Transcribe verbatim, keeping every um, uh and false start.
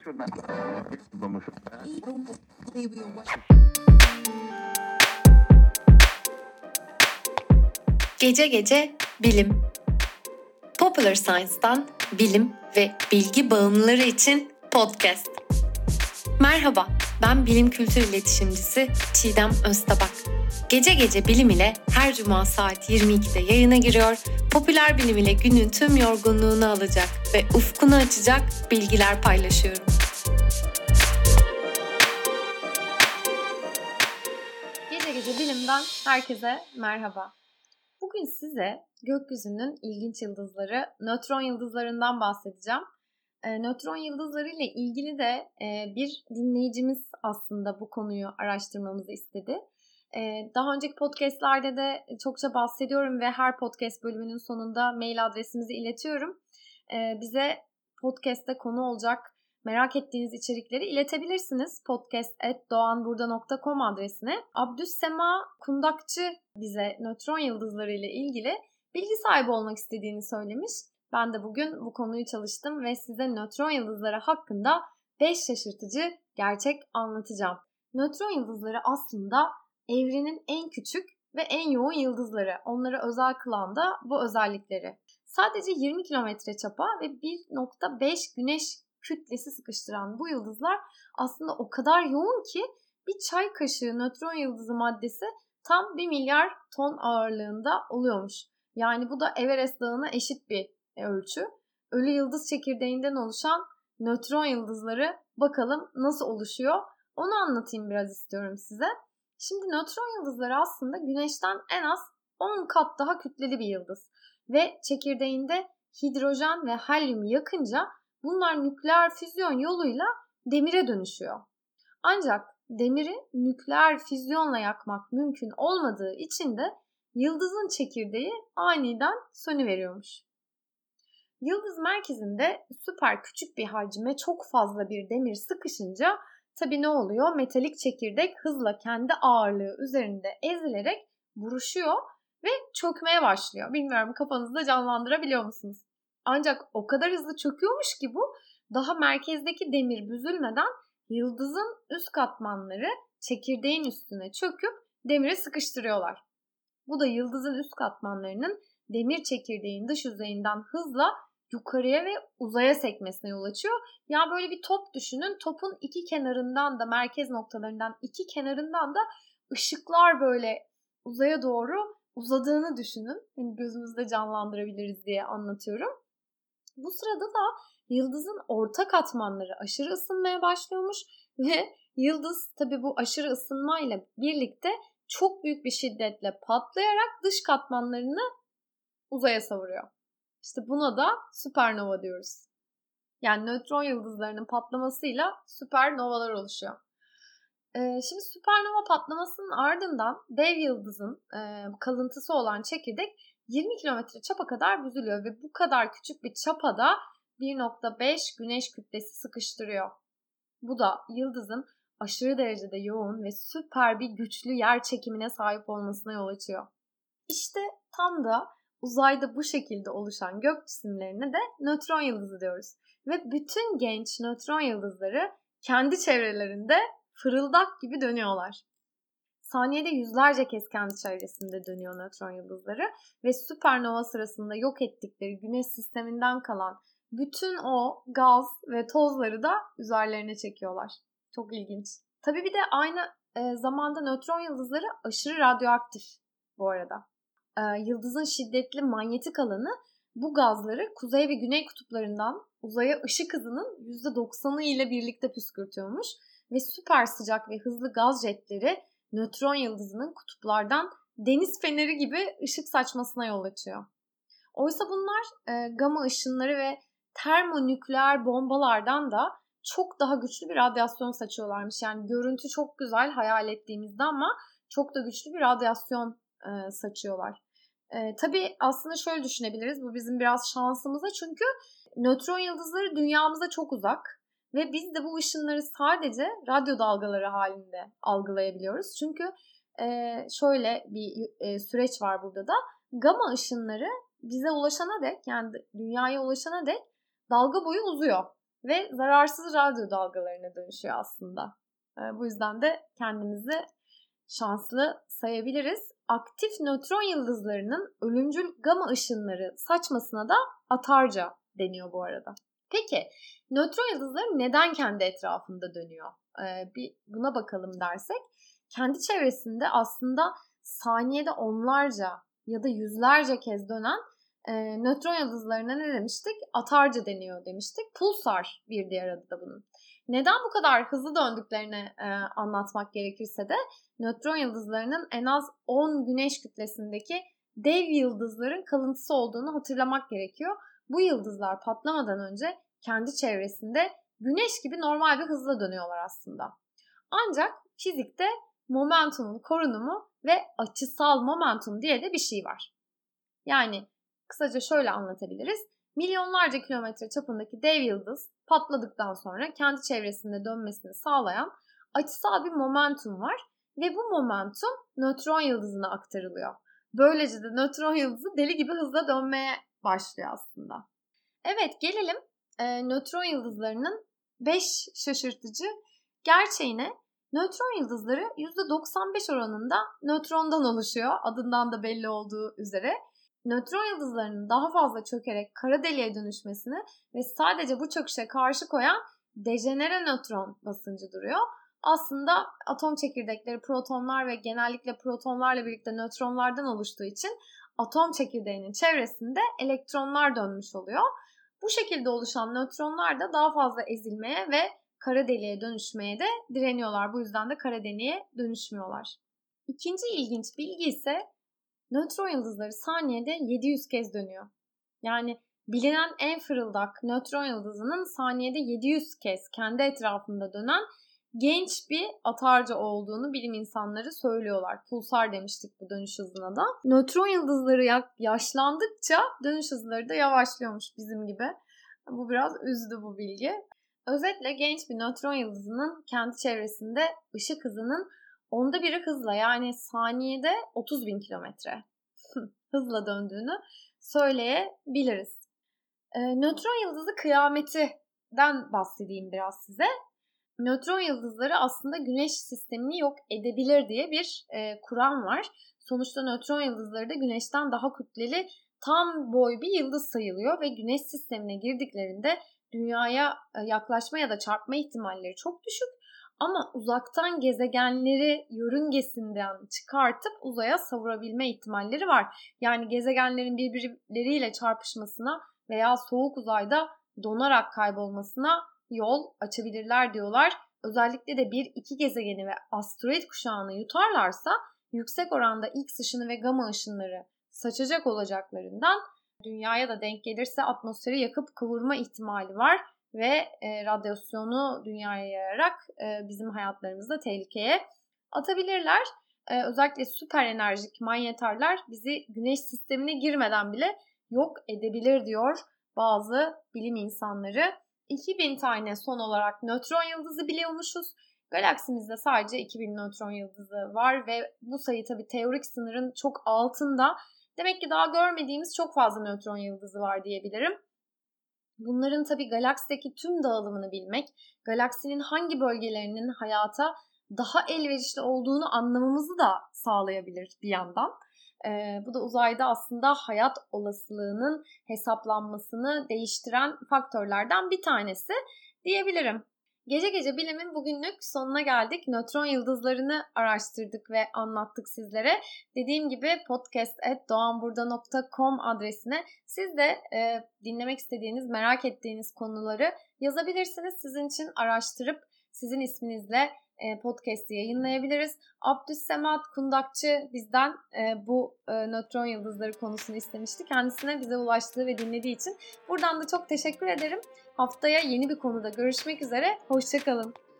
Gece gece bilim. Popular Science'dan bilim ve bilgi bağımlıları için podcast. Merhaba, ben bilim kültür iletişimcisi Çiğdem Öztabak. Gece gece bilim ile her cuma saat yirmi ikide yayına giriyor, popüler bilim ile günün tüm yorgunluğunu alacak ve ufkunu açacak bilgiler paylaşıyorum. Gece gece bilimden herkese merhaba. Bugün size gökyüzünün ilginç yıldızları, nötron yıldızlarından bahsedeceğim. E, nötron yıldızları ile ilgili de e, bir dinleyicimiz aslında bu konuyu araştırmamızı istedi. E, daha önceki podcastlerde de çokça bahsediyorum ve her podcast bölümünün sonunda mail adresimizi iletiyorum. E, bize podcast'te konu olacak merak ettiğiniz içerikleri iletebilirsiniz. podcast at doğanburda nokta com adresine. Abdüssema Kundakçı bize nötron yıldızları ile ilgili bilgi sahibi olmak istediğini söylemiş. Ben de bugün bu konuyu çalıştım ve size nötron yıldızları hakkında beş şaşırtıcı gerçek anlatacağım. Nötron yıldızları aslında evrenin en küçük ve en yoğun yıldızları. Onları özel kılan da bu özellikleri. Sadece yirmi kilometre çapa ve bir nokta beş güneş kütlesi sıkıştıran bu yıldızlar aslında o kadar yoğun ki bir çay kaşığı nötron yıldızı maddesi tam bir milyar ton ağırlığında oluyormuş. Yani bu da Everest Dağı'na eşit bir ölçü. Ölü yıldız çekirdeğinden oluşan nötron yıldızları bakalım nasıl oluşuyor? Onu anlatayım biraz istiyorum size. Şimdi nötron yıldızları aslında Güneş'ten en az on kat daha kütleli bir yıldız. Ve çekirdeğinde hidrojen ve helyum yakınca bunlar nükleer füzyon yoluyla demire dönüşüyor. Ancak demiri nükleer füzyonla yakmak mümkün olmadığı için de yıldızın çekirdeği aniden sönüveriyormuş. Yıldız merkezinde süper küçük bir hacme çok fazla bir demir sıkışınca tabii ne oluyor? Metalik çekirdek hızla kendi ağırlığı üzerinde ezilerek buruşuyor ve çökmeye başlıyor. Bilmiyorum, kafanızda canlandırabiliyor musunuz? Ancak o kadar hızlı çöküyormuş ki bu, daha merkezdeki demir büzülmeden yıldızın üst katmanları çekirdeğin üstüne çöküp demire sıkıştırıyorlar. Bu da yıldızın üst katmanlarının demir çekirdeğin dış yüzeyinden hızla yukarıya ve uzaya sekmesine yol açıyor. Yani böyle bir top düşünün. Topun iki kenarından da, merkez noktalarından iki kenarından da ışıklar böyle uzaya doğru uzadığını düşünün. Yani gözümüzde canlandırabiliriz diye anlatıyorum. Bu sırada da yıldızın orta katmanları aşırı ısınmaya başlıyormuş ve yıldız tabii bu aşırı ısınmayla birlikte çok büyük bir şiddetle patlayarak dış katmanlarını uzaya savuruyor. İşte buna da süpernova diyoruz. Yani nötron yıldızlarının patlamasıyla süpernovalar oluşuyor. Ee, şimdi süpernova patlamasının ardından dev yıldızın e, kalıntısı olan çekirdek yirmi kilometre çapa kadar büzülüyor ve bu kadar küçük bir çapada bir nokta beş güneş kütlesi sıkıştırıyor. Bu da yıldızın aşırı derecede yoğun ve süper bir güçlü yer çekimine sahip olmasına yol açıyor. İşte tam da uzayda bu şekilde oluşan gök cisimlerine de nötron yıldızı diyoruz. Ve bütün genç nötron yıldızları kendi çevrelerinde fırıldak gibi dönüyorlar. Saniyede yüzlerce kez kendi çevresinde dönüyor nötron yıldızları ve süpernova sırasında yok ettikleri güneş sisteminden kalan bütün o gaz ve tozları da üzerlerine çekiyorlar. Çok ilginç. Tabii bir de aynı e, zamanda nötron yıldızları aşırı radyoaktif bu arada. E, yıldızın şiddetli manyetik alanı bu gazları kuzey ve güney kutuplarından uzaya ışık hızının yüzde doksanı ile birlikte püskürtüyormuş ve süper sıcak ve hızlı gaz jetleri nötron yıldızının kutuplardan deniz feneri gibi ışık saçmasına yol açıyor. Oysa bunlar e, gama ışınları ve termonükleer bombalardan da çok daha güçlü bir radyasyon saçıyorlarmış. Yani görüntü çok güzel hayal ettiğimizde ama çok da güçlü bir radyasyon e, saçıyorlar. E, tabii aslında şöyle düşünebiliriz. Bu bizim biraz şansımıza, çünkü nötron yıldızları dünyamıza çok uzak ve biz de bu ışınları sadece radyo dalgaları halinde algılayabiliyoruz. Çünkü e, şöyle bir e, süreç var burada da. Gama ışınları bize ulaşana dek, yani dünyaya ulaşana dek dalga boyu uzuyor. ve zararsız radyo dalgalarına dönüşüyor aslında. Bu yüzden de kendimizi şanslı sayabiliriz. Aktif nötron yıldızlarının ölümcül gama ışınları saçmasına da atarca deniyor bu arada. Peki nötron yıldızları neden kendi etrafında dönüyor? Ee, bir buna bakalım dersek, kendi çevresinde aslında saniyede onlarca ya da yüzlerce kez dönen e, nötron yıldızlarına ne demiştik? Atarca deniyor demiştik. Pulsar bir diğer adı da bunun. Neden bu kadar hızlı döndüklerini e, anlatmak gerekirse de nötron yıldızlarının en az on güneş kütlesindeki dev yıldızların kalıntısı olduğunu hatırlamak gerekiyor. Bu yıldızlar patlamadan önce kendi çevresinde güneş gibi normal bir hızla dönüyorlar aslında. Ancak fizikte momentumun korunumu ve açısal momentum diye de bir şey var. Yani kısaca şöyle anlatabiliriz. Milyonlarca kilometre çapındaki dev yıldız patladıktan sonra kendi çevresinde dönmesini sağlayan açısal bir momentum var ve bu momentum nötron yıldızına aktarılıyor. Böylece de nötron yıldızı deli gibi hızla dönmeye başlıyor aslında. Evet, gelelim e, nötron yıldızlarının beş şaşırtıcı gerçeğine. Nötron yıldızları yüzde doksan beş oranında nötrondan oluşuyor, adından da belli olduğu üzere. Nötron yıldızlarının daha fazla çökerek kara deliğe dönüşmesini ve sadece bu çöküşe karşı koyan dejenere nötron basıncı duruyor. Aslında atom çekirdekleri protonlar ve genellikle protonlarla birlikte nötronlardan oluştuğu için atom çekirdeğinin çevresinde elektronlar dönmüş oluyor. Bu şekilde oluşan nötronlar da daha fazla ezilmeye ve kara deliğe dönüşmeye de direniyorlar. Bu yüzden de kara deliğe dönüşmüyorlar. İkinci ilginç bilgi ise nötron yıldızları saniyede yedi yüz kez dönüyor. Yani bilinen en fırıldak nötron yıldızının saniyede yedi yüz kez kendi etrafında dönen genç bir atarca olduğunu bilim insanları söylüyorlar. Pulsar demiştik bu dönüş hızına da. Nötron yıldızları yaşlandıkça dönüş hızları da yavaşlıyormuş bizim gibi. Bu biraz üzdü bu bilgi. Özetle genç bir nötron yıldızının kendi çevresinde ışık hızının onda biri hızla, yani saniyede otuz bin kilometre hızla döndüğünü söyleyebiliriz. E, nötron yıldızı kıyametinden bahsedeyim biraz size. Nötron yıldızları aslında güneş sistemini yok edebilir diye bir e, kuram var. Sonuçta nötron yıldızları da güneşten daha kütleli tam boy bir yıldız sayılıyor ve güneş sistemine girdiklerinde dünyaya yaklaşma ya da çarpma ihtimalleri çok düşük. Ama uzaktan gezegenleri yörüngesinden çıkartıp uzaya savurabilme ihtimalleri var. Yani gezegenlerin birbirleriyle çarpışmasına veya soğuk uzayda donarak kaybolmasına yol açabilirler diyorlar. Özellikle de bir iki gezegeni ve asteroid kuşağını yutarlarsa yüksek oranda X ışını ve gama ışınları saçacak olacaklarından dünyaya da denk gelirse atmosferi yakıp kıvırma ihtimali var ve e, radyasyonu dünyaya yayarak e, bizim hayatlarımızda tehlikeye atabilirler. E, özellikle süper enerjik manyetarlar bizi güneş sistemine girmeden bile yok edebilir diyor bazı bilim insanları. iki bin tane son olarak nötron yıldızı biliyormuşuz. Galaksimizde sadece iki bin nötron yıldızı var ve bu sayı tabii teorik sınırın çok altında. Demek ki daha görmediğimiz çok fazla nötron yıldızı var diyebilirim. Bunların tabii galaksideki tüm dağılımını bilmek, galaksinin hangi bölgelerinin hayata daha elverişli olduğunu anlamamızı da sağlayabilir bir yandan. Ee, bu da uzayda aslında hayat olasılığının hesaplanmasını değiştiren faktörlerden bir tanesi diyebilirim. Gece gece bilimin bugünlük sonuna geldik. Nötron yıldızlarını araştırdık ve anlattık sizlere. Dediğim gibi podcast at doğanburda nokta com adresine siz de e, dinlemek istediğiniz, merak ettiğiniz konuları yazabilirsiniz. Sizin için araştırıp sizin isminizle e, podcast'i yayınlayabiliriz. Abdüssemat Kundakçı bizden e, bu e, nötron yıldızları konusunu istemişti. Kendisine bize ulaştığı ve dinlediği için buradan da çok teşekkür ederim. Haftaya yeni bir konuda görüşmek üzere. Hoşça kalın.